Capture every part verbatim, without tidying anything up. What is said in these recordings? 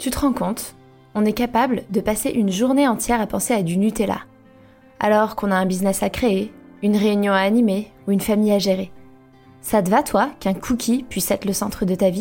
Tu te rends compte ? On est capable de passer une journée entière à penser à du Nutella, alors qu'on a un business à créer, une réunion à animer ou une famille à gérer. Ça te va, toi, qu'un cookie puisse être le centre de ta vie ?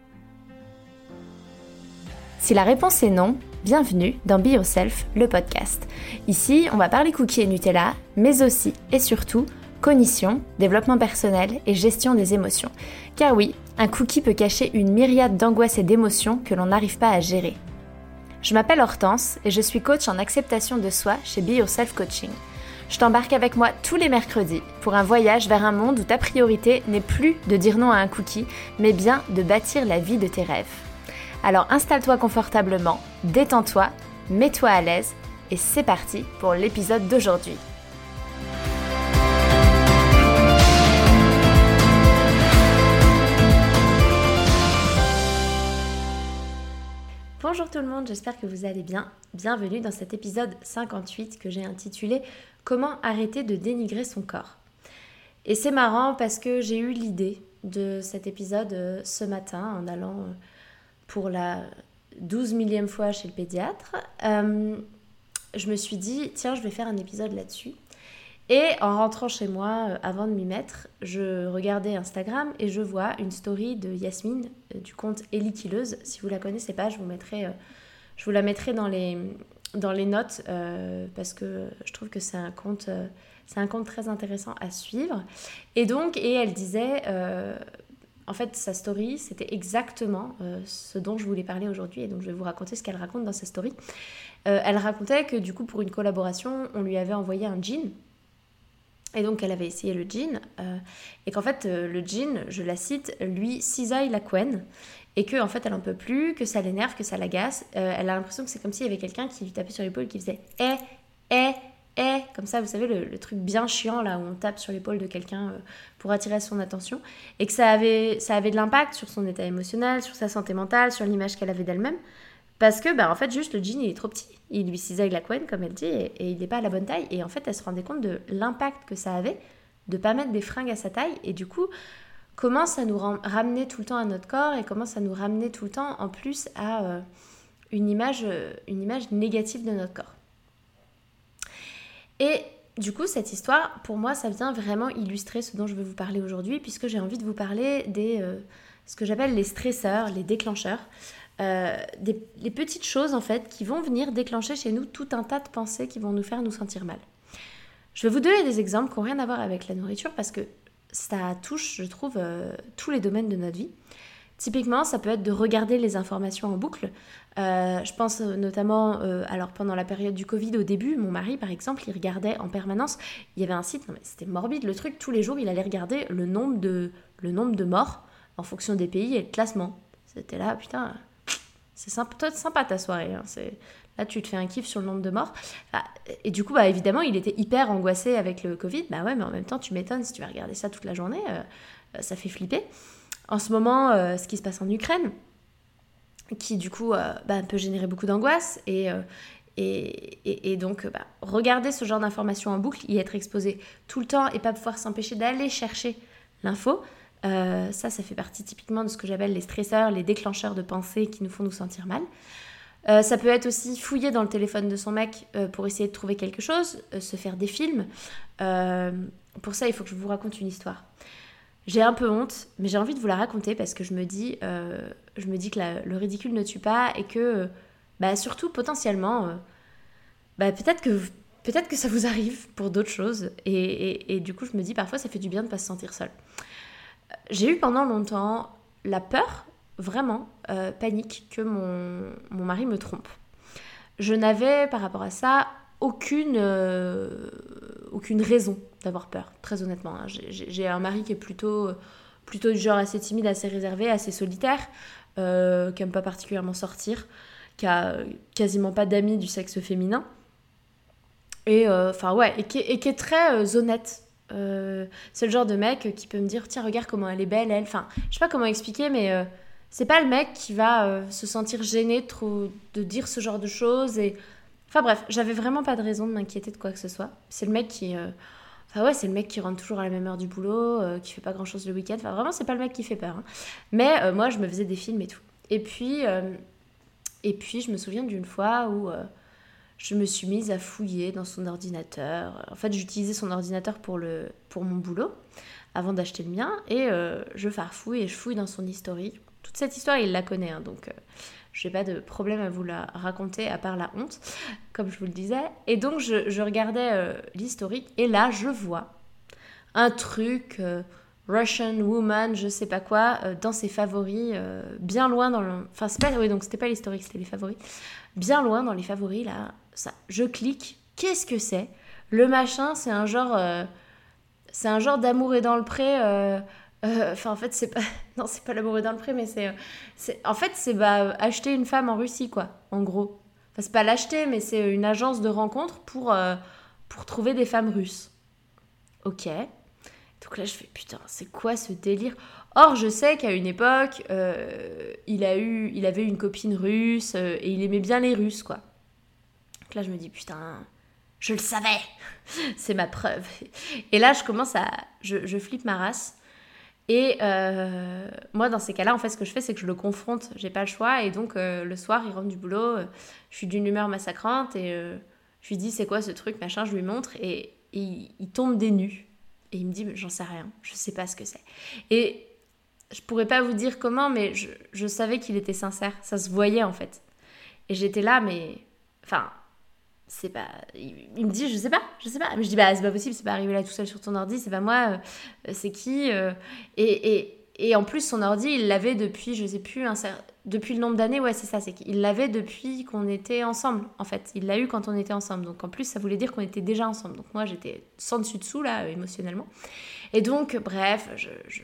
Si la réponse est non, bienvenue dans Be Yourself, le podcast. Ici, on va parler cookies et Nutella, mais aussi et surtout cognition, développement personnel et gestion des émotions. Car oui, un cookie peut cacher une myriade d'angoisses et d'émotions que l'on n'arrive pas à gérer. Je m'appelle Hortense et je suis coach en acceptation de soi chez Be Yourself Coaching. Je t'embarque avec moi tous les mercredis pour un voyage vers un monde où ta priorité n'est plus de dire non à un cookie, mais bien de bâtir la vie de tes rêves. Alors installe-toi confortablement, détends-toi, mets-toi à l'aise et c'est parti pour l'épisode d'aujourd'hui. Bonjour tout le monde, j'espère que vous allez bien. Bienvenue dans cet épisode cinquante-huit que j'ai intitulé « Comment arrêter de dénigrer son corps ?» Et c'est marrant parce que j'ai eu l'idée de cet épisode ce matin en allant pour la douze millième fois chez le pédiatre. Euh, je me suis dit, tiens, je vais faire un épisode là-dessus. Et en rentrant chez moi, euh, avant de m'y mettre, je regardais Instagram et je vois une story de Yasmine euh, du compte Ellie Killeuse. Si vous la connaissez pas, je vous mettrai, euh, je vous la mettrai dans les dans les notes euh, parce que je trouve que c'est un compte, euh, c'est un compte très intéressant à suivre. Et donc, et elle disait, euh, en fait, sa story, c'était exactement euh, ce dont je voulais parler aujourd'hui. Et donc, je vais vous raconter ce qu'elle raconte dans sa story. Euh, elle racontait que du coup, pour une collaboration, on lui avait envoyé un jean. Et donc, elle avait essayé le jean, euh, et qu'en fait, euh, le jean, je la cite, lui cisaille la couenne, et qu'en en fait, elle n'en peut plus, que ça l'énerve, que ça l'agace. Euh, elle a l'impression que c'est comme s'il y avait quelqu'un qui lui tapait sur l'épaule, qui faisait « eh, eh, eh », comme ça, vous savez, le, le truc bien chiant, là, où on tape sur l'épaule de quelqu'un euh, pour attirer son attention, et que ça avait, ça avait de l'impact sur son état émotionnel, sur sa santé mentale, sur l'image qu'elle avait d'elle-même. Parce que, bah, en fait, juste le jean, il est trop petit. Il lui cisaille la couenne, comme elle dit, et, et il n'est pas à la bonne taille. Et en fait, elle se rendait compte de l'impact que ça avait de ne pas mettre des fringues à sa taille. Et du coup, comment ça nous ram- ramenait tout le temps à notre corps et comment ça nous ramenait tout le temps, en plus, à euh, une, image, euh, une image négative de notre corps. Et du coup, cette histoire, pour moi, ça vient vraiment illustrer ce dont je veux vous parler aujourd'hui, puisque j'ai envie de vous parler des euh, ce que j'appelle les stresseurs, les déclencheurs. Euh, des, les petites choses en fait qui vont venir déclencher chez nous tout un tas de pensées qui vont nous faire nous sentir mal. Je vais vous donner des exemples qui n'ont rien à voir avec la nourriture parce que ça touche, je trouve, euh, tous les domaines de notre vie. Typiquement, ça peut être de regarder les informations en boucle. Euh, je pense notamment, euh, alors pendant la période du Covid, au début, mon mari, par exemple, il regardait en permanence. Il y avait un site, non mais c'était morbide le truc. Tous les jours, il allait regarder le nombre de, le nombre de morts en fonction des pays et le classement. C'était là, putain. C'est sympa, toi, sympa ta soirée. Hein. C'est... Là, tu te fais un kiff sur le nombre de morts. Enfin, et du coup, bah, évidemment, il était hyper angoissé avec le Covid. Bah ouais, mais en même temps, tu m'étonnes, si tu vas regarder ça toute la journée, euh, ça fait flipper. En ce moment, euh, ce qui se passe en Ukraine, qui du coup euh, bah, peut générer beaucoup d'angoisse. Et, euh, et, et, et donc, bah, regarder ce genre d'informations en boucle, y être exposé tout le temps et pas pouvoir s'empêcher d'aller chercher l'info, Euh, ça, ça fait partie typiquement de ce que j'appelle les stresseurs, les déclencheurs de pensées qui nous font nous sentir mal. Euh, ça peut être aussi fouiller dans le téléphone de son mec euh, pour essayer de trouver quelque chose, euh, se faire des films. Euh, pour ça, il faut que je vous raconte une histoire. J'ai un peu honte, mais j'ai envie de vous la raconter parce que je me dis, euh, je me dis que la, le ridicule ne tue pas et que, euh, bah, surtout potentiellement, euh, bah, peut-être que, peut-être que ça vous arrive pour d'autres choses. Et, et, et du coup, je me dis parfois, ça fait du bien de ne pas se sentir seule. J'ai eu pendant longtemps la peur, vraiment, euh, panique, que mon, mon mari me trompe. Je n'avais, par rapport à ça, aucune, euh, aucune raison d'avoir peur, très honnêtement. Hein. J'ai, j'ai un mari qui est plutôt, plutôt du genre assez timide, assez réservé, assez solitaire, euh, qui n'aime pas particulièrement sortir, qui a quasiment pas d'amis du sexe féminin, et, enfin, euh, ouais, et, qui, et qui est très euh, honnête. Euh, c'est le genre de mec qui peut me dire tiens regarde comment elle est belle elle, enfin je sais pas comment expliquer mais euh, c'est pas le mec qui va euh, se sentir gêné de, trop, de dire ce genre de choses et enfin bref j'avais vraiment pas de raison de m'inquiéter de quoi que ce soit. C'est le mec qui euh... enfin ouais c'est le mec qui rentre toujours à la même heure du boulot, euh, qui fait pas grand chose le week-end, enfin vraiment c'est pas le mec qui fait peur hein. Mais euh, moi je me faisais des films et tout et puis euh... Et puis, je me souviens d'une fois où euh, je me suis mise à fouiller dans son ordinateur. En fait, j'utilisais son ordinateur pour, le, pour mon boulot, avant d'acheter le mien. Et euh, je farfouille et je fouille dans son historique. Toute cette histoire, il la connaît, hein, donc... Euh, je n'ai pas de problème à vous la raconter, à part la honte, comme je vous le disais. Et donc, je, je regardais euh, l'historique, et là, je vois un truc, euh, Russian Woman, je sais pas quoi, euh, dans ses favoris, euh, bien loin dans le... Enfin, c'est pas... Oui, donc c'était pas l'historique, c'était les favoris. Bien loin dans les favoris, là, ça. Je clique, qu'est-ce que c'est ? Le machin, c'est un genre... Euh, c'est un genre d'amour est dans le pré... Euh, Euh, Enfin, en fait, c'est pas... Non, c'est pas l'amour est dans le pré, mais c'est... c'est... En fait, c'est bah, acheter une femme en Russie, quoi, en gros. Enfin, c'est pas l'acheter, mais c'est une agence de rencontre pour, euh, pour trouver des femmes russes. Ok. Donc là, je fais, putain, c'est quoi ce délire ? Or, je sais qu'à une époque, euh, il, a eu, il avait une copine russe, euh, et il aimait bien les Russes, quoi. Donc là, je me dis, putain... Je le savais. C'est ma preuve. Et là, je commence à... Je, je flippe ma race. Et euh, moi, dans ces cas-là, en fait, ce que je fais, c'est que je le confronte. J'ai pas le choix. Et donc, euh, le soir, il rentre du boulot. Euh, je suis d'une humeur massacrante. Et euh, je lui dis, c'est quoi ce truc, machin. Je lui montre. Et, et il, il tombe des nues. Et il me dit, j'en sais rien. Je sais pas ce que c'est. Et je pourrais pas vous dire comment, mais je, je savais qu'il était sincère. Ça se voyait, en fait. Et j'étais là, mais... Enfin... c'est pas... Il, il me dit, je sais pas, je sais pas. Mais je dis, bah, c'est pas possible, c'est pas arrivé là tout seul sur ton ordi, c'est pas moi, euh, c'est qui euh, et, et, et en plus, son ordi, il l'avait depuis, je sais plus, un, depuis le nombre d'années, ouais, c'est ça, c'est qu'il l'avait depuis qu'on était ensemble, en fait. Il l'a eu quand on était ensemble. Donc, en plus, ça voulait dire qu'on était déjà ensemble. Donc, moi, j'étais sans dessus-dessous, là, euh, émotionnellement. Et donc, bref, je... je...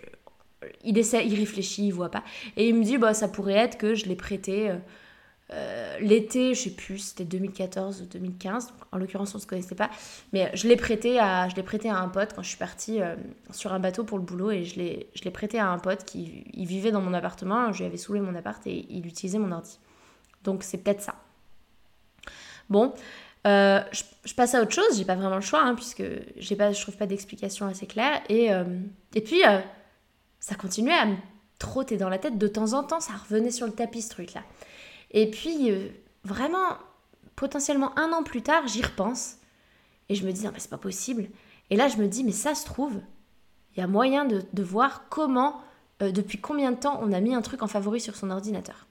il essaie, il réfléchit, il voit pas. Et il me dit, bah, ça pourrait être que je l'ai prêté... Euh, Euh, l'été, je sais plus, c'était deux mille quatorze ou deux mille quinze, donc en l'occurrence on se connaissait pas, mais je l'ai prêté à, je l'ai prêté à un pote quand je suis partie euh, sur un bateau pour le boulot, et je l'ai, je l'ai prêté à un pote qui il vivait dans mon appartement, je lui avais saoulé mon appart et il utilisait mon ordi. Donc c'est peut-être ça. Bon, euh, je, je passe à autre chose, j'ai pas vraiment le choix, hein, puisque j'ai pas, je trouve pas d'explication assez claire, et, euh, et puis euh, ça continuait à me trotter dans la tête de temps en temps, ça revenait sur le tapis ce truc là. Et puis, euh, vraiment, potentiellement un an plus tard, j'y repense. Et je me dis, non, mais c'est pas possible. Et là, je me dis, mais ça se trouve, il y a moyen de, de voir comment, euh, depuis combien de temps on a mis un truc en favori sur son ordinateur.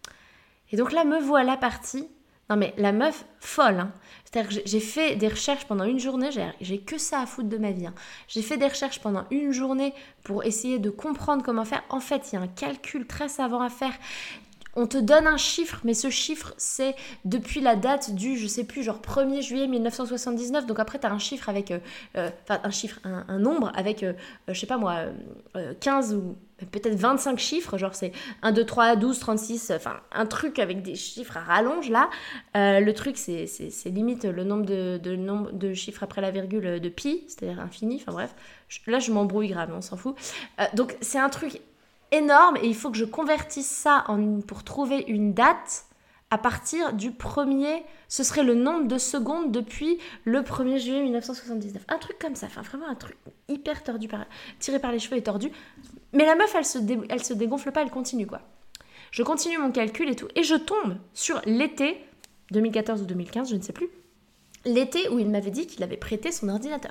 Et donc là, me voilà partie. Non, mais la meuf, folle. Hein. C'est-à-dire que j'ai fait des recherches pendant une journée. J'ai, j'ai que ça à foutre de ma vie. Hein. J'ai fait des recherches pendant une journée pour essayer de comprendre comment faire. En fait, il y a un calcul très savant à faire. On te donne un chiffre, mais ce chiffre, c'est depuis la date du, je sais plus, genre premier juillet mille neuf cent soixante-dix-neuf. Donc après, tu as un chiffre avec, euh, euh, enfin un chiffre, un, un nombre avec, euh, je sais pas moi, euh, quinze ou peut-être vingt-cinq chiffres. Genre c'est un, deux, trois, douze, trente-six, enfin un truc avec des chiffres à rallonge là. Euh, le truc, c'est, c'est, c'est limite le nombre de, de, nombre de chiffres après la virgule de pi, c'est-à-dire infini, enfin bref. Je, là, je m'embrouille grave, on s'en fout. Euh, donc c'est un truc énorme et il faut que je convertisse ça en, pour trouver une date à partir du premier, ce serait le nombre de secondes depuis le premier juillet mille neuf cent soixante-dix-neuf. Un truc comme ça, enfin vraiment un truc hyper tordu, par, tiré par les cheveux et tordu. Mais la meuf, elle se, dé, elle se dégonfle pas, elle continue quoi. Je continue mon calcul et tout, et je tombe sur l'été deux mille quatorze ou deux mille quinze, je ne sais plus, l'été où il m'avait dit qu'il avait prêté son ordinateur.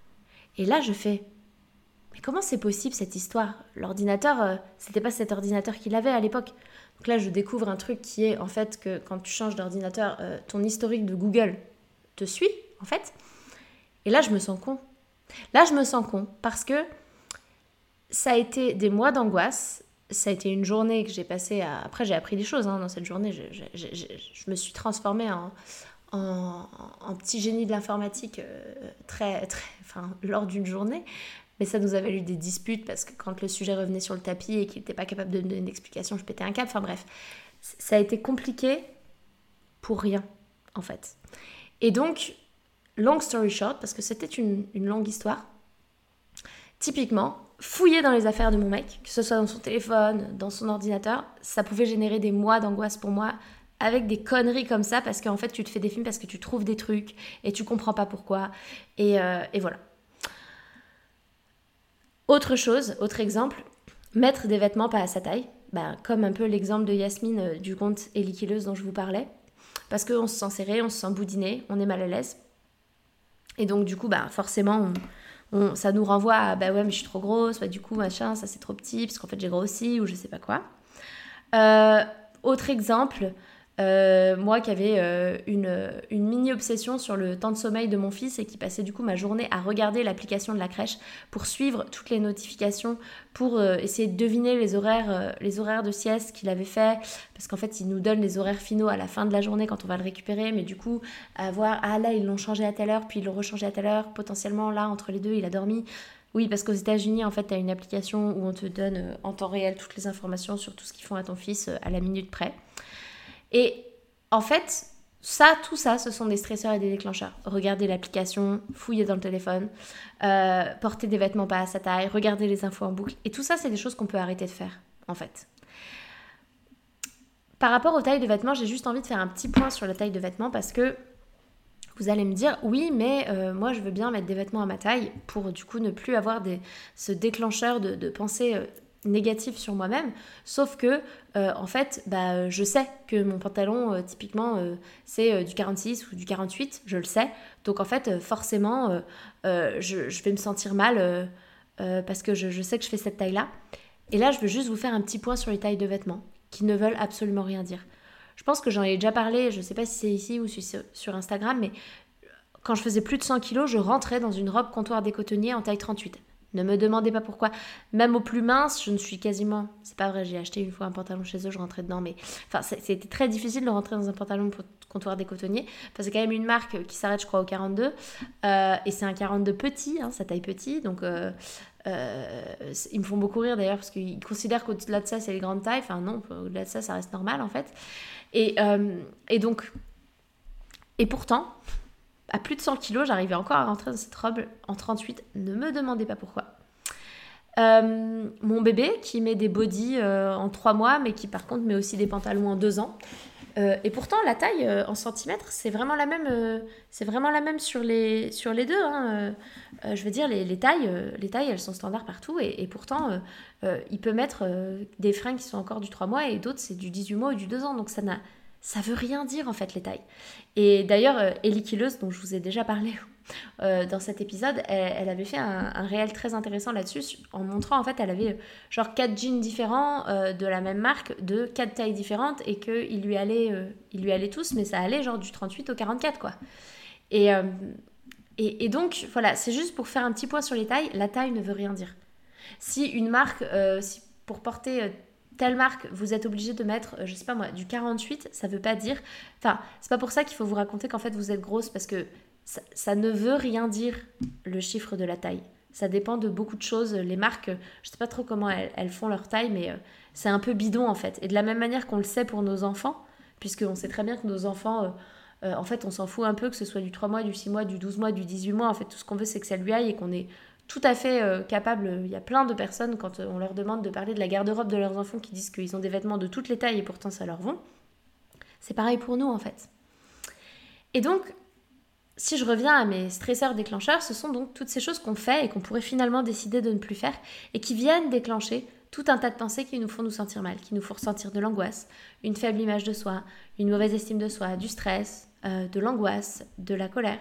Et là, je fais... Mais comment c'est possible cette histoire ? L'ordinateur, euh, c'était pas cet ordinateur qu'il avait à l'époque. Donc là, je découvre un truc qui est en fait que quand tu changes d'ordinateur, euh, ton historique de Google te suit, en fait. Et là, je me sens con. Là, je me sens con parce que ça a été des mois d'angoisse. Ça a été une journée que j'ai passée à... Après, j'ai appris des choses hein, dans cette journée. Je, je, je, je, je me suis transformée en, en, en petit génie de l'informatique euh, très, très, enfin, lors d'une journée. Mais ça nous avait eu des disputes parce que quand le sujet revenait sur le tapis et qu'il n'était pas capable de me donner d'explication, je pétais un câble. Enfin bref, ça a été compliqué pour rien, en fait. Et donc, long story short, parce que c'était une, une longue histoire, typiquement, fouiller dans les affaires de mon mec, que ce soit dans son téléphone, dans son ordinateur, ça pouvait générer des mois d'angoisse pour moi avec des conneries comme ça parce qu'en fait, tu te fais des films parce que tu trouves des trucs et tu comprends pas pourquoi. Et, euh, et voilà. Autre chose, autre exemple, mettre des vêtements pas à sa taille. bah, comme un peu l'exemple de Yasmine euh, du compte Ellie dont je vous parlais, parce qu'on se sent serré, on se sent boudiné, on est mal à l'aise. Et donc du coup, bah, forcément, on, on, ça nous renvoie à bah ouais, mais je suis trop grosse, bah, du coup, machin, ça c'est trop petit, parce qu'en fait j'ai grossi, ou je sais pas quoi. Euh, autre exemple, euh, moi qui avais euh, une, une mini-obsession sur le temps de sommeil de mon fils et qui passait du coup ma journée à regarder l'application de la crèche pour suivre toutes les notifications, pour euh, essayer de deviner les horaires, euh, les horaires de sieste qu'il avait fait, parce qu'en fait il nous donne les horaires finaux à la fin de la journée quand on va le récupérer, mais du coup à voir, ah là ils l'ont changé à telle heure, puis ils l'ont rechangé à telle heure, potentiellement là entre les deux il a dormi. Oui, parce qu'aux États-Unis, en fait, tu as une application où on te donne euh, en temps réel toutes les informations sur tout ce qu'ils font à ton fils euh, à la minute près. Et en fait, ça, tout ça, ce sont des stresseurs et des déclencheurs. Regarder l'application, fouiller dans le téléphone, euh, porter des vêtements pas à sa taille, regarder les infos en boucle. Et tout ça, c'est des choses qu'on peut arrêter de faire, en fait. Par rapport aux tailles de vêtements, j'ai juste envie de faire un petit point sur la taille de vêtements parce que vous allez me dire, oui, mais euh, moi, je veux bien mettre des vêtements à ma taille pour, du coup, ne plus avoir des, ce déclencheur de, de pensée euh, négative sur moi-même. Sauf que, euh, en fait, bah, je sais que mon pantalon, euh, typiquement, euh, c'est euh, du quarante-six ou du quarante-huit, je le sais. Donc, en fait, euh, forcément, euh, euh, je, je vais me sentir mal euh, euh, parce que je, je sais que je fais cette taille-là. Et là, je veux juste vous faire un petit point sur les tailles de vêtements qui ne veulent absolument rien dire. Je pense que j'en ai déjà parlé, je ne sais pas si c'est ici ou sur Instagram, mais quand je faisais plus de cent kilos, je rentrais dans une robe comptoir des cotonniers en taille trente-huit. Ne me demandez pas pourquoi. Même au plus mince, je ne suis quasiment... C'est pas vrai, j'ai acheté une fois un pantalon chez eux, je rentrais dedans, mais... Enfin, c'était très difficile de rentrer dans un pantalon comptoir des cotonniers. Enfin, c'est quand même une marque qui s'arrête, je crois, au quarante-deux. Euh, et c'est un quarante-deux petit, hein, ça taille petit. Donc, euh, euh, ils me font beaucoup rire d'ailleurs, parce qu'ils considèrent qu'au-delà de ça, c'est les grandes tailles. Enfin, non, au-delà de ça, ça reste normal, en fait. Et, euh, et donc... Et pourtant... À plus de cent kilos, j'arrivais encore à rentrer dans cette robe en trente-huit. Ne me demandez pas pourquoi. Euh, mon bébé qui met des bodys euh, en trois mois, mais qui par contre met aussi des pantalons en deux ans. Euh, et pourtant, la taille euh, en centimètres, c'est vraiment la même, euh, c'est vraiment la même sur les, sur les deux. Hein. Euh, je veux dire, les, les, tailles, euh, les tailles, elles sont standards partout. Et, et pourtant, euh, euh, il peut mettre euh, des fringues qui sont encore du trois mois et d'autres, c'est du dix-huit mois ou du deux ans. Donc ça n'a... Ça veut rien dire en fait les tailles. Et d'ailleurs, euh, Ellie Killeuse, dont je vous ai déjà parlé euh, dans cet épisode, elle, elle avait fait un, un réel très intéressant là-dessus en montrant en fait, elle avait genre quatre jeans différents euh, de la même marque, de quatre tailles différentes et qu'ils lui allaient, euh, ils lui allaient tous, mais ça allait genre du trente-huit au quarante-quatre quoi. Et, euh, et, et donc voilà, c'est juste pour faire un petit point sur les tailles. La taille ne veut rien dire. Si une marque, euh, si pour porter... Euh, telle marque, vous êtes obligé de mettre, je sais pas moi, du quarante-huit, ça veut pas dire... Enfin, c'est pas pour ça qu'il faut vous raconter qu'en fait vous êtes grosse, parce que ça, ça ne veut rien dire, le chiffre de la taille. Ça dépend de beaucoup de choses. Les marques, je sais pas trop comment elles, elles font leur taille, mais euh, c'est un peu bidon en fait. Et de la même manière qu'on le sait pour nos enfants, puisqu'on sait très bien que nos enfants... Euh, euh, en fait, on s'en fout un peu que ce soit du trois mois, du six mois, du douze mois, du dix-huit mois. En fait, tout ce qu'on veut, c'est que ça lui aille et qu'on est tout à fait euh, capable. Il y a plein de personnes, quand on leur demande de parler de la garde-robe de leurs enfants, qui disent qu'ils ont des vêtements de toutes les tailles et pourtant ça leur vont. C'est pareil pour nous, en fait. Et donc, si je reviens à mes stresseurs déclencheurs, ce sont donc toutes ces choses qu'on fait et qu'on pourrait finalement décider de ne plus faire et qui viennent déclencher tout un tas de pensées qui nous font nous sentir mal, qui nous font ressentir de l'angoisse, une faible image de soi, une mauvaise estime de soi, du stress, euh, de l'angoisse, de la colère.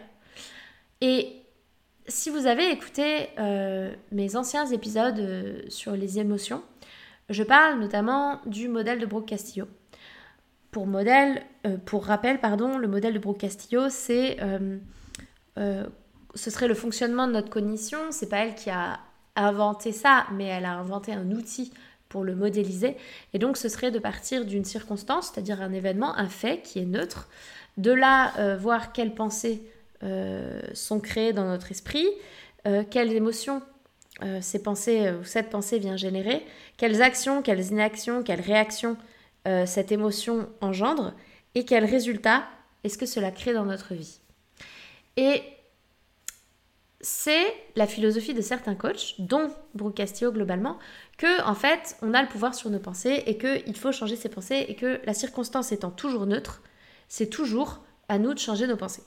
Et si vous avez écouté euh, mes anciens épisodes euh, sur les émotions, je parle notamment du modèle de Brooke Castillo. Pour, modèle, euh, pour rappel, pardon, le modèle de Brooke Castillo, c'est, euh, euh, ce serait le fonctionnement de notre cognition. C'est pas elle qui a inventé ça, mais elle a inventé un outil pour le modéliser. Et donc, ce serait de partir d'une circonstance, c'est-à-dire un événement, un fait qui est neutre, de là euh, voir quelles pensées euh, sont créées dans notre esprit, euh, quelles émotions euh, ces pensées, euh, cette pensée vient générer, quelles actions, quelles inactions, quelles réactions euh, cette émotion engendre et quels résultats est-ce que cela crée dans notre vie. Et c'est la philosophie de certains coachs, dont Brooke Castillo globalement, que en fait on a le pouvoir sur nos pensées et qu'il faut changer ses pensées et que la circonstance étant toujours neutre, c'est toujours à nous de changer nos pensées.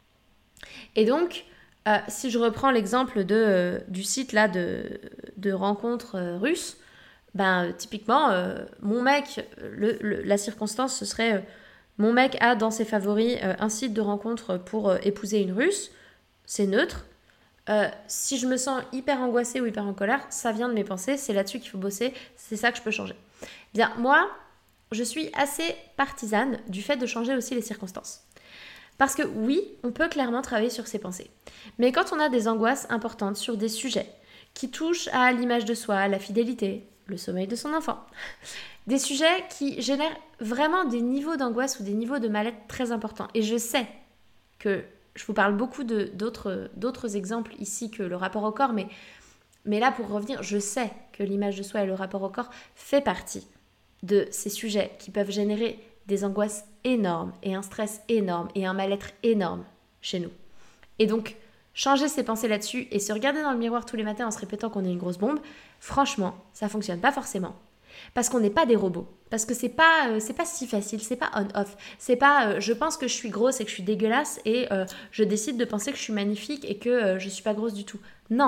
Et donc, euh, si je reprends l'exemple de, euh, du site là de, de rencontres euh, russes, Ben, euh, typiquement, euh, mon mec, le, le- la circonstance, ce serait... euh, mon mec a dans ses favoris euh, un site de rencontre pour euh, épouser une Russe. C'est neutre. Euh, si je me sens hyper angoissée ou hyper en colère, ça vient de mes pensées, c'est là-dessus qu'il faut bosser, c'est ça que je peux changer. Bien, moi, je suis assez partisane du fait de changer aussi les circonstances. Parce que oui, on peut clairement travailler sur ses pensées. Mais quand on a des angoisses importantes sur des sujets qui touchent à l'image de soi, à la fidélité, le sommeil de son enfant, des sujets qui génèrent vraiment des niveaux d'angoisse ou des niveaux de mal-être très importants. Et je sais que je vous parle beaucoup de, d'autres, d'autres exemples ici que le rapport au corps, mais, mais là pour revenir, je sais que l'image de soi et le rapport au corps fait partie de ces sujets qui peuvent générer des angoisses énormes et un stress énorme et un mal-être énorme chez nous. Et donc, changer ses pensées là-dessus et se regarder dans le miroir tous les matins en se répétant qu'on est une grosse bombe, franchement, ça fonctionne pas forcément. Parce qu'on n'est pas des robots. Parce que c'est pas, euh, c'est pas si facile, c'est pas on-off. C'est pas euh, je pense que je suis grosse et que je suis dégueulasse et euh, je décide de penser que je suis magnifique et que euh, je suis pas grosse du tout. Non.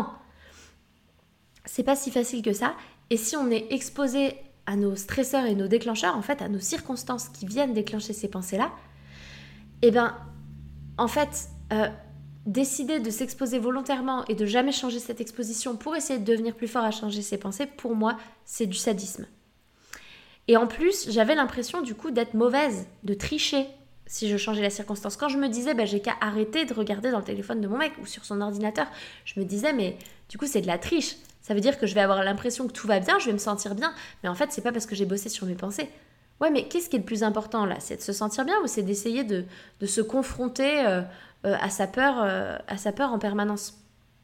C'est pas si facile que ça. Et si on est exposé à nos stresseurs et nos déclencheurs, en fait, à nos circonstances qui viennent déclencher ces pensées-là, eh ben, en fait, euh, décider de s'exposer volontairement et de jamais changer cette exposition pour essayer de devenir plus fort à changer ses pensées, pour moi, c'est du sadisme. Et en plus, j'avais l'impression du coup d'être mauvaise, de tricher si je changeais la circonstance. Quand je me disais, bah, j'ai qu'à arrêter de regarder dans le téléphone de mon mec ou sur son ordinateur, je me disais, mais du coup, c'est de la triche. Ça veut dire que je vais avoir l'impression que tout va bien, je vais me sentir bien. Mais en fait, c'est pas parce que j'ai bossé sur mes pensées. Ouais, mais qu'est-ce qui est le plus important là? C'est de se sentir bien ou c'est d'essayer de, de se confronter euh, euh, à sa peur, euh, à sa peur en permanence?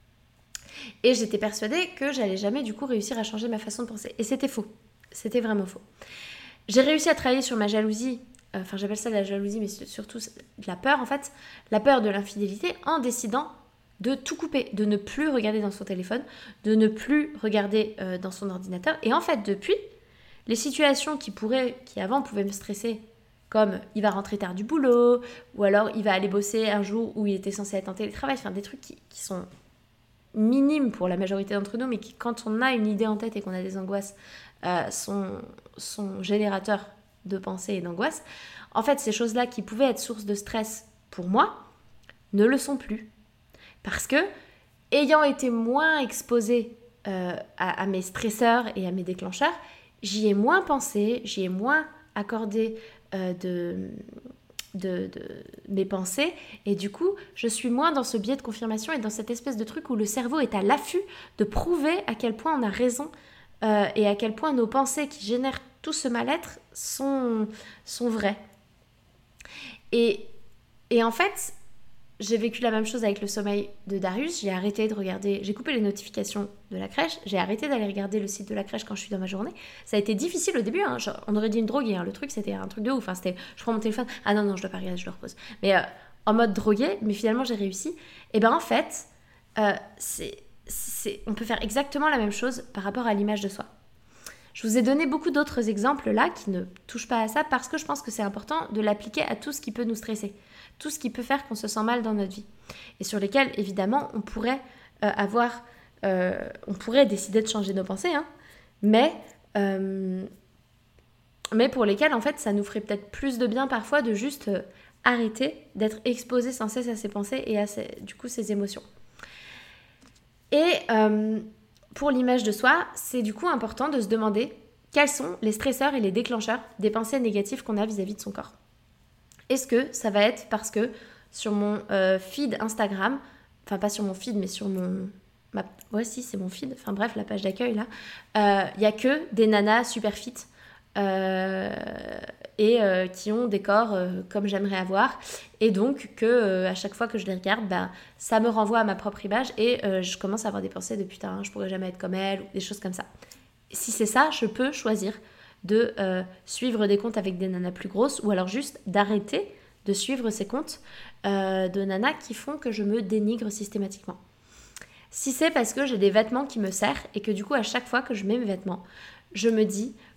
Et j'étais persuadée que j'allais jamais du coup réussir à changer ma façon de penser. Et c'était faux. C'était vraiment faux. J'ai réussi à travailler sur ma jalousie, euh, enfin j'appelle ça de la jalousie, mais c'est surtout de la peur en fait, la peur de l'infidélité, en décidant de tout couper, de ne plus regarder dans son téléphone, de ne plus regarder euh, dans son ordinateur. Et en fait, depuis, les situations qui pourraient, qui avant pouvaient me stresser, comme il va rentrer tard du boulot, ou alors il va aller bosser un jour où il était censé être en télétravail, enfin des trucs qui, qui sont minimes pour la majorité d'entre nous, mais qui, quand on a une idée en tête et qu'on a des angoisses, euh, sont, sont générateurs de pensées et d'angoisse. En fait, ces choses-là qui pouvaient être source de stress pour moi, ne le sont plus. Parce que, ayant été moins exposée euh, à, à mes stresseurs et à mes déclencheurs, j'y ai moins pensé, j'y ai moins accordé euh, de... De, de mes pensées, et du coup je suis moins dans ce biais de confirmation et dans cette espèce de truc où le cerveau est à l'affût de prouver à quel point on a raison euh, et à quel point nos pensées qui génèrent tout ce mal-être sont, sont vraies. Et, et en fait, j'ai vécu la même chose avec le sommeil de Darius. J'ai arrêté de regarder, j'ai coupé les notifications de la crèche, j'ai arrêté d'aller regarder le site de la crèche quand je suis dans ma journée. Ça a été difficile au début, hein. Genre, on aurait dit une droguée, hein. Le truc c'était un truc de ouf, enfin, c'était je prends mon téléphone, ah non non je dois pas regarder, je le repose. Mais euh, en mode drogué, mais finalement j'ai réussi. Et ben en fait, euh, c'est, c'est, on peut faire exactement la même chose par rapport à l'image de soi. Je vous ai donné beaucoup d'autres exemples là qui ne touchent pas à ça parce que je pense que c'est important de l'appliquer à tout ce qui peut nous stresser, tout ce qui peut faire qu'on se sent mal dans notre vie et sur lesquels évidemment on pourrait euh, avoir, euh, on pourrait décider de changer nos pensées, hein, mais, euh, mais pour lesquels en fait ça nous ferait peut-être plus de bien parfois de juste euh, arrêter d'être exposé sans cesse à ses pensées et à ses, du coup ses émotions. Et euh, pour l'image de soi, c'est du coup important de se demander quels sont les stresseurs et les déclencheurs des pensées négatives qu'on a vis-à-vis de son corps. Est-ce que ça va être parce que sur mon euh, feed Instagram, enfin pas sur mon feed mais sur mon... Ma, ouais si c'est mon feed, enfin bref la page d'accueil là, il euh, n'y a que des nanas super fit euh, et euh, qui ont des corps euh, comme j'aimerais avoir et donc que euh, à chaque fois que je les regarde, bah, ça me renvoie à ma propre image et euh, je commence à avoir des pensées de putain je pourrais jamais être comme elle ou des choses comme ça. Si c'est ça, je peux choisir de euh, suivre des comptes avec des nanas plus grosses ou alors juste d'arrêter de suivre ces comptes euh, de nanas qui font que je me dénigre systématiquement. Si c'est parce que j'ai des vêtements qui me serrent et que du coup à chaque fois que je mets mes vêtements, je me dis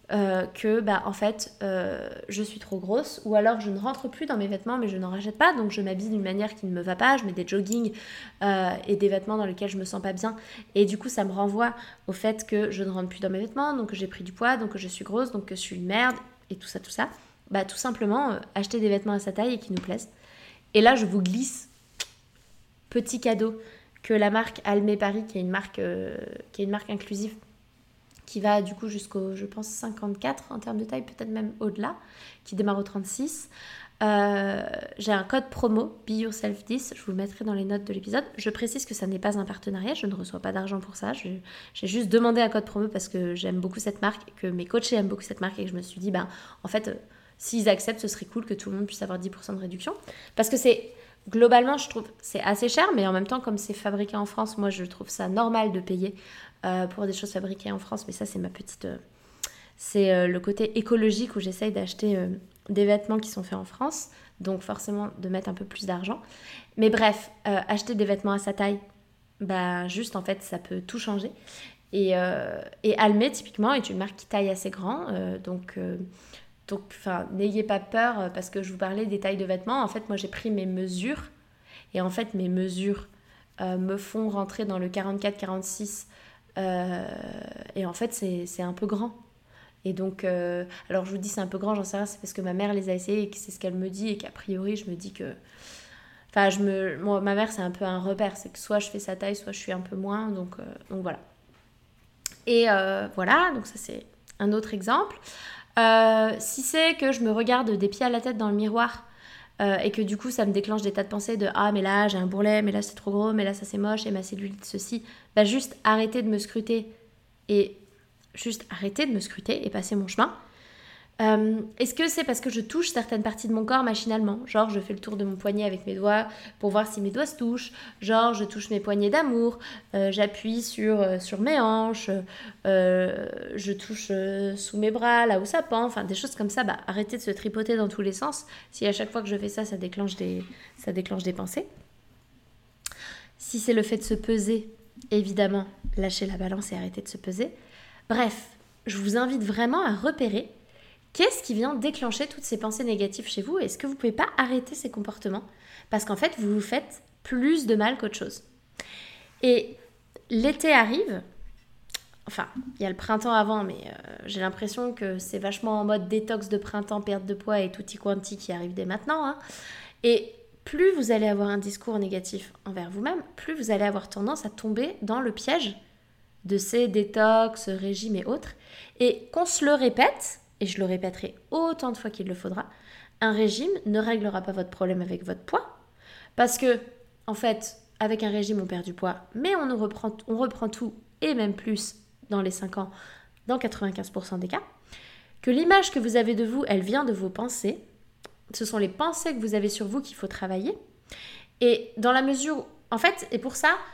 euh, que bah en fait euh, je suis trop grosse, ou alors je ne rentre plus dans mes vêtements mais je n'en rachète pas, donc je m'habille d'une manière qui ne me va pas, je mets des joggings euh, et des vêtements dans lesquels je me sens pas bien, et du coup ça me renvoie au fait que je ne rentre plus dans mes vêtements, donc que j'ai pris du poids, donc que je suis grosse, donc que je suis une merde et tout ça tout ça. Bah tout simplement euh, acheter des vêtements à sa taille et qui nous plaisent. Et là je vous glisse petit cadeau que la marque Almé Paris, qui est une marque euh, qui est une marque inclusive, qui va du coup jusqu'au, je pense, cinquante-quatre en termes de taille, peut-être même au-delà, qui démarre au trente-six. Euh, j'ai un code promo, Be Yourself dix, je vous le mettrai dans les notes de l'épisode. Je précise que ça n'est pas un partenariat, je ne reçois pas d'argent pour ça. Je, j'ai juste demandé un code promo parce que j'aime beaucoup cette marque, que mes coachés aiment beaucoup cette marque, et que je me suis dit, bah, en fait, euh, s'ils acceptent, ce serait cool que tout le monde puisse avoir dix pour cent de réduction. Parce que c'est, globalement, je trouve, c'est assez cher, mais en même temps, comme c'est fabriqué en France, moi, je trouve ça normal de payer Euh, pour des choses fabriquées en France, mais ça c'est ma petite euh, c'est euh, le côté écologique où j'essaye d'acheter euh, des vêtements qui sont faits en France, donc forcément de mettre un peu plus d'argent, mais bref, euh, acheter des vêtements à sa taille, bah juste en fait ça peut tout changer. Et, euh, et Almé typiquement est une marque qui taille assez grand, euh, donc euh, donc enfin n'ayez pas peur, euh, parce que je vous parlais des tailles de vêtements, en fait moi j'ai pris mes mesures, et en fait mes mesures euh, me font rentrer dans le quarante-quatre quarante-six. Euh, et en fait, c'est, c'est un peu grand. Et donc, euh, alors je vous dis c'est un peu grand, j'en sais rien, c'est parce que ma mère les a essayés et que c'est ce qu'elle me dit, et qu'a priori, je me dis que... Enfin, je me... Moi, ma mère, c'est un peu un repère, c'est que soit je fais sa taille, soit je suis un peu moins, donc, euh, donc voilà. Et euh, voilà, donc ça c'est un autre exemple. Euh, si c'est que je me regarde des pieds à la tête dans le miroir, Euh, et que du coup ça me déclenche des tas de pensées de ah mais là j'ai un bourrelet, mais là c'est trop gros, mais là ça c'est moche, et ma cellulite ceci, bah juste arrêter de me scruter, et juste arrêter de me scruter et passer mon chemin. Euh, est-ce que c'est parce que je touche certaines parties de mon corps machinalement, genre je fais le tour de mon poignet avec mes doigts pour voir si mes doigts se touchent, genre je touche mes poignets d'amour, euh, j'appuie sur, euh, sur mes hanches, euh, je touche euh, sous mes bras là où ça pend, enfin des choses comme ça. Bah arrêtez de se tripoter dans tous les sens si à chaque fois que je fais ça ça déclenche des, ça déclenche des pensées. Si c'est le fait de se peser, évidemment lâchez la balance et arrêtez de se peser. Bref, je vous invite vraiment à repérer qu'est-ce qui vient déclencher toutes ces pensées négatives chez vous. Est-ce que vous ne pouvez pas arrêter ces comportements? Parce qu'en fait, vous vous faites plus de mal qu'autre chose. Et l'été arrive, enfin, il y a le printemps avant, mais euh, j'ai l'impression que c'est vachement en mode détox de printemps, perte de poids et tutti quanti qui arrive dès maintenant. Hein. Et plus vous allez avoir un discours négatif envers vous-même, plus vous allez avoir tendance à tomber dans le piège de ces détox, régimes et autres. Et qu'on se le répète, et je le répéterai autant de fois qu'il le faudra, un régime ne réglera pas votre problème avec votre poids, parce que, en fait, avec un régime, on perd du poids, mais on reprend, on reprend tout, et même plus, dans les cinq ans, dans quatre-vingt-quinze pour cent des cas, que l'image que vous avez de vous, elle vient de vos pensées, ce sont les pensées que vous avez sur vous qu'il faut travailler, et dans la mesure où, en fait, et pour ça,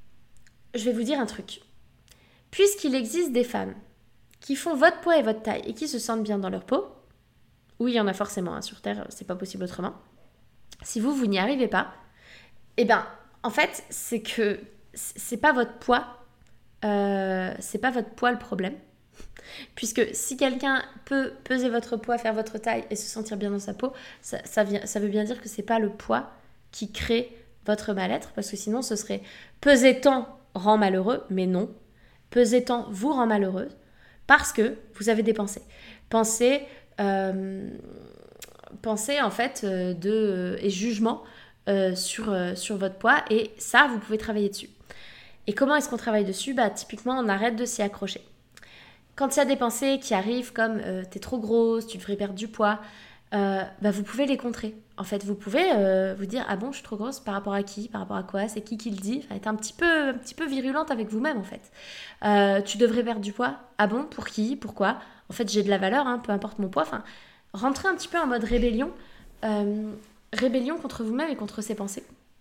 je vais vous dire un truc. Puisqu'il existe des femmes qui font votre poids et votre taille et qui se sentent bien dans leur peau, oui, il y en a forcément, hein, sur Terre, c'est pas possible autrement. Si vous, vous n'y arrivez pas, eh ben, en fait, c'est que c'est pas votre poids, euh, c'est pas votre poids le problème. Puisque si quelqu'un peut peser votre poids, faire votre taille et se sentir bien dans sa peau, ça, ça, vient, ça veut bien dire que c'est pas le poids qui crée votre mal-être, parce que sinon ce serait peser tant rend malheureux, mais non. Peser tant vous rend malheureuse parce que vous avez des pensées. Pensées, euh, pensées en fait euh, de, euh, et jugement euh, sur, euh, sur votre poids, et ça vous pouvez travailler dessus. Et comment est-ce qu'on travaille dessus? Bah typiquement on arrête de s'y accrocher. Quand il y a des pensées qui arrivent comme euh, t'es trop grosse, tu devrais perdre du poids, euh, bah vous pouvez les contrer. En fait, vous pouvez euh, vous dire ah bon, je suis trop grosse par rapport à qui, par rapport à quoi, c'est qui qui le dit, enfin, être un petit peu, un petit peu virulente avec vous-même en fait. Euh, tu devrais perdre du poids. Ah bon, pour qui, pourquoi? En fait, j'ai de la valeur, hein, peu importe mon poids. Enfin, rentrez un petit peu en mode rébellion, euh, rébellion contre vous-même et contre ses pensées.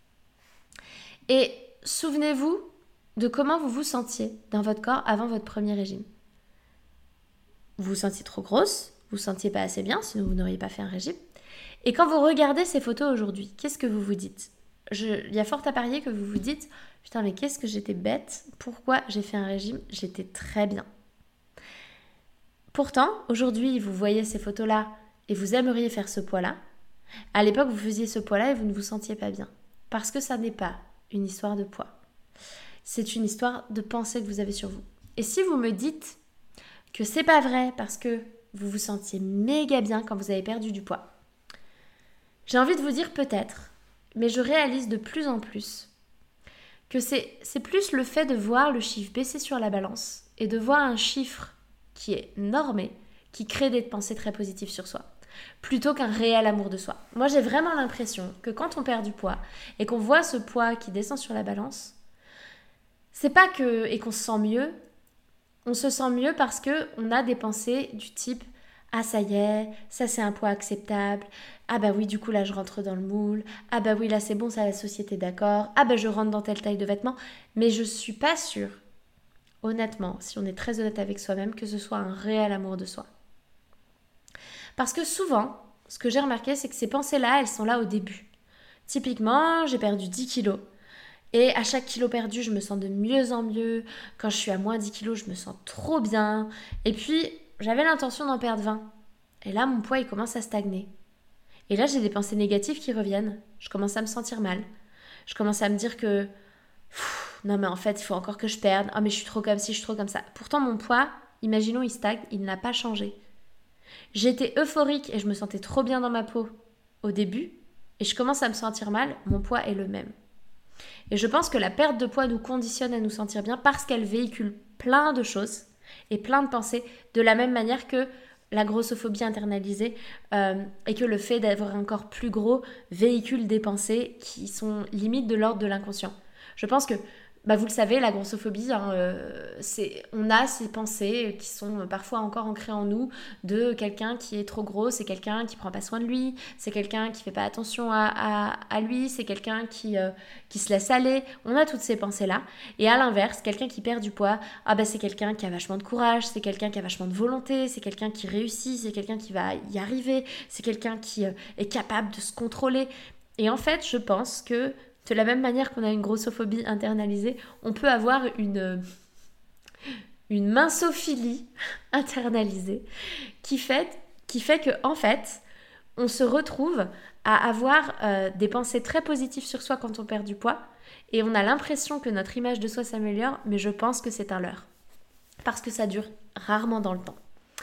Et souvenez-vous de comment vous vous sentiez dans votre corps avant votre premier régime. Vous vous sentiez trop grosse, vous vous sentiez pas assez bien, sinon vous n'auriez pas fait un régime. Et quand vous regardez ces photos aujourd'hui, qu'est-ce que vous vous dites? Il y a fort à parier que vous vous dites « Putain, mais qu'est-ce que j'étais bête, pourquoi j'ai fait un régime? J'étais très bien. » Pourtant, aujourd'hui, vous voyez ces photos-là et vous aimeriez faire ce poids-là. À l'époque, vous faisiez ce poids-là et vous ne vous sentiez pas bien. Parce que ça n'est pas une histoire de poids. C'est une histoire de pensée que vous avez sur vous. Et si vous me dites que c'est pas vrai parce que vous vous sentiez méga bien quand vous avez perdu du poids, j'ai envie de vous dire peut-être, mais je réalise de plus en plus que c'est, c'est plus le fait de voir le chiffre baisser sur la balance et de voir un chiffre qui est normé, qui crée des pensées très positives sur soi, plutôt qu'un réel amour de soi. Moi, j'ai vraiment l'impression que quand on perd du poids et qu'on voit ce poids qui descend sur la balance, c'est pas que et qu'on se sent mieux, on se sent mieux parce que on a des pensées du type « Ah ça y est, ça c'est un poids acceptable. Ah bah oui, du coup là je rentre dans le moule. Ah bah oui, là c'est bon, ça la société est d'accord. Ah bah je rentre dans telle taille de vêtements. » Mais je suis pas sûre, honnêtement, si on est très honnête avec soi-même, que ce soit un réel amour de soi. Parce que souvent, ce que j'ai remarqué, c'est que ces pensées-là, elles sont là au début. Typiquement, j'ai perdu dix kilos. Et à chaque kilo perdu, je me sens de mieux en mieux. Quand je suis à moins dix kilos, je me sens trop bien. Et puis, j'avais l'intention d'en perdre vingt. Et là, mon poids, il commence à stagner. Et là, j'ai des pensées négatives qui reviennent. Je commence à me sentir mal. Je commence à me dire que... Pff, non, mais en fait, il faut encore que je perde. Ah, oh, mais je suis trop comme ci, je suis trop comme ça. Pourtant, mon poids, imaginons, il stagne, il n'a pas changé. J'étais euphorique et je me sentais trop bien dans ma peau au début. Et je commence à me sentir mal. Mon poids est le même. Et je pense que la perte de poids nous conditionne à nous sentir bien parce qu'elle véhicule plein de choses et plein de pensées de la même manière que la grossophobie internalisée euh, et que le fait d'avoir un corps plus gros véhicule des pensées qui sont limite de l'ordre de l'inconscient. Je pense que, bah vous le savez, la grossophobie, hein, euh, c'est, on a ces pensées qui sont parfois encore ancrées en nous de quelqu'un qui est trop gros, c'est quelqu'un qui prend pas soin de lui, c'est quelqu'un qui fait pas attention à, à, à lui, c'est quelqu'un qui, euh, qui se laisse aller. On a toutes ces pensées-là. Et à l'inverse, quelqu'un qui perd du poids, ah bah c'est quelqu'un qui a vachement de courage, c'est quelqu'un qui a vachement de volonté, c'est quelqu'un qui réussit, c'est quelqu'un qui va y arriver, c'est quelqu'un qui euh, est capable de se contrôler. Et en fait, je pense que de la même manière qu'on a une grossophobie internalisée, on peut avoir une, une mincophilie internalisée qui fait, qui fait que, en fait, on se retrouve à avoir euh, des pensées très positives sur soi quand on perd du poids et on a l'impression que notre image de soi s'améliore, mais je pense que c'est un leurre. Parce que ça dure rarement dans le temps.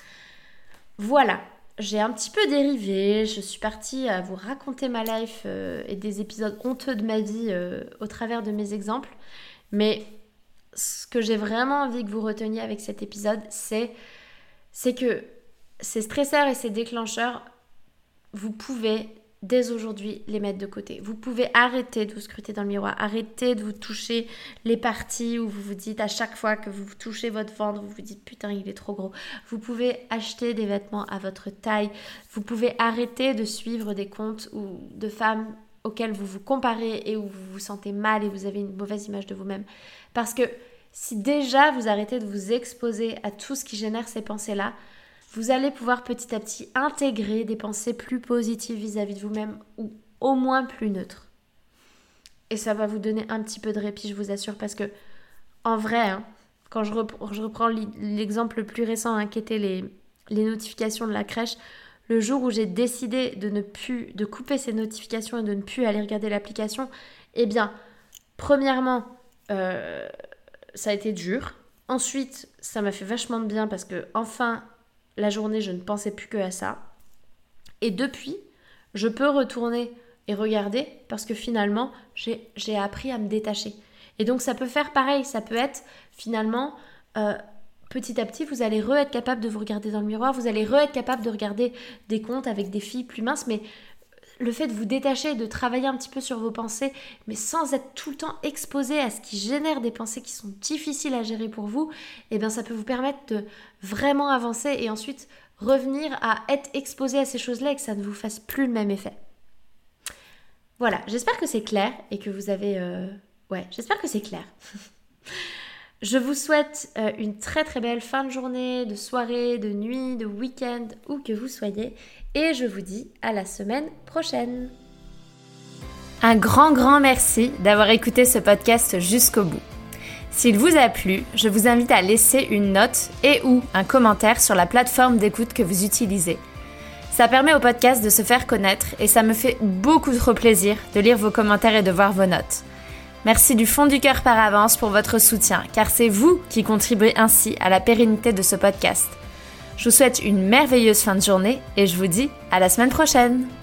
Voilà. J'ai un petit peu dérivé, je suis partie à vous raconter ma life euh, et des épisodes honteux de ma vie euh, au travers de mes exemples. Mais ce que j'ai vraiment envie que vous reteniez avec cet épisode, c'est, c'est que ces stresseurs et ces déclencheurs, vous pouvez dès aujourd'hui les mettre de côté. Vous pouvez arrêter de vous scruter dans le miroir, arrêter de vous toucher les parties où vous vous dites à chaque fois que vous touchez votre ventre, vous vous dites putain il est trop gros. Vous pouvez acheter des vêtements à votre taille. Vous pouvez arrêter de suivre des comptes ou de femmes auxquelles vous vous comparez et où vous vous sentez mal et vous avez une mauvaise image de vous-même. Parce que si déjà vous arrêtez de vous exposer à tout ce qui génère ces pensées-là, vous allez pouvoir petit à petit intégrer des pensées plus positives vis-à-vis de vous-même ou au moins plus neutres. Et ça va vous donner un petit peu de répit, je vous assure, parce que en vrai, hein, quand je, rep- je reprends l'exemple le plus récent hein, qui était les, les notifications de la crèche, le jour où j'ai décidé de ne plus, de couper ces notifications et de ne plus aller regarder l'application, eh bien, premièrement, euh, ça a été dur. Ensuite, ça m'a fait vachement de bien parce que enfin, la journée, je ne pensais plus que à ça. Et depuis, je peux retourner et regarder parce que finalement, j'ai, j'ai appris à me détacher. Et donc, ça peut faire pareil. Ça peut être finalement, euh, petit à petit, vous allez re-être capable de vous regarder dans le miroir. Vous allez re-être capable de regarder des comptes avec des filles plus minces. Mais le fait de vous détacher, de travailler un petit peu sur vos pensées, mais sans être tout le temps exposé à ce qui génère des pensées qui sont difficiles à gérer pour vous, eh bien ça peut vous permettre de vraiment avancer et ensuite revenir à être exposé à ces choses-là et que ça ne vous fasse plus le même effet. Voilà, j'espère que c'est clair et que vous avez... Euh... Ouais, j'espère que c'est clair. Je vous souhaite euh, une très très belle fin de journée, de soirée, de nuit, de week-end, où que vous soyez. Et je vous dis à la semaine prochaine. Un grand grand merci d'avoir écouté ce podcast jusqu'au bout. S'il vous a plu, je vous invite à laisser une note et ou un commentaire sur la plateforme d'écoute que vous utilisez. Ça permet au podcast de se faire connaître et ça me fait beaucoup trop plaisir de lire vos commentaires et de voir vos notes. Merci du fond du cœur par avance pour votre soutien, car c'est vous qui contribuez ainsi à la pérennité de ce podcast. Je vous souhaite une merveilleuse fin de journée et je vous dis à la semaine prochaine.